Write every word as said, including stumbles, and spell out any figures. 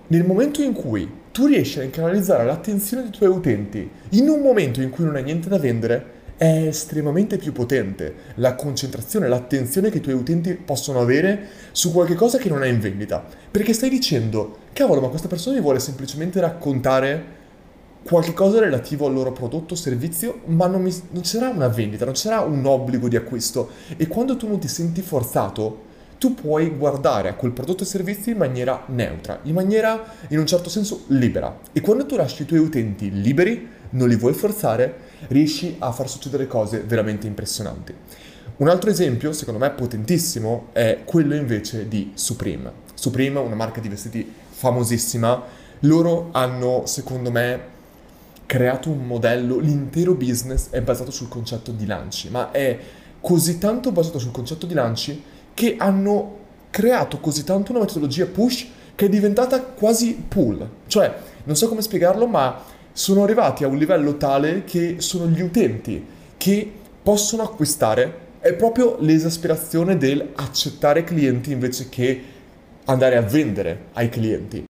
Nel momento in cui tu riesci a canalizzare l'attenzione dei tuoi utenti in un momento in cui non hai niente da vendere, è estremamente più potente la concentrazione, l'attenzione che i tuoi utenti possono avere su qualche cosa che non è in vendita. Perché stai dicendo, cavolo, ma questa persona mi vuole semplicemente raccontare qualche cosa relativo al loro prodotto o servizio, ma non, mi- non c'era una vendita, non c'era un obbligo di acquisto. E quando tu non ti senti forzato, tu puoi guardare a quel prodotto e servizio in maniera neutra, in maniera, in un certo senso, libera. E quando tu lasci i tuoi utenti liberi, non li vuoi forzare, riesci a far succedere cose veramente impressionanti. Un altro esempio, secondo me potentissimo, è quello invece di Supreme. Supreme, una marca di vestiti famosissima, loro hanno, secondo me, creato un modello, l'intero business è basato sul concetto di lanci, ma è così tanto basato sul concetto di lanci che hanno creato così tanto una metodologia push che è diventata quasi pull. Cioè, non so come spiegarlo, ma sono arrivati a un livello tale che sono gli utenti che possono acquistare. È proprio l'esasperazione del accettare clienti invece che andare a vendere ai clienti.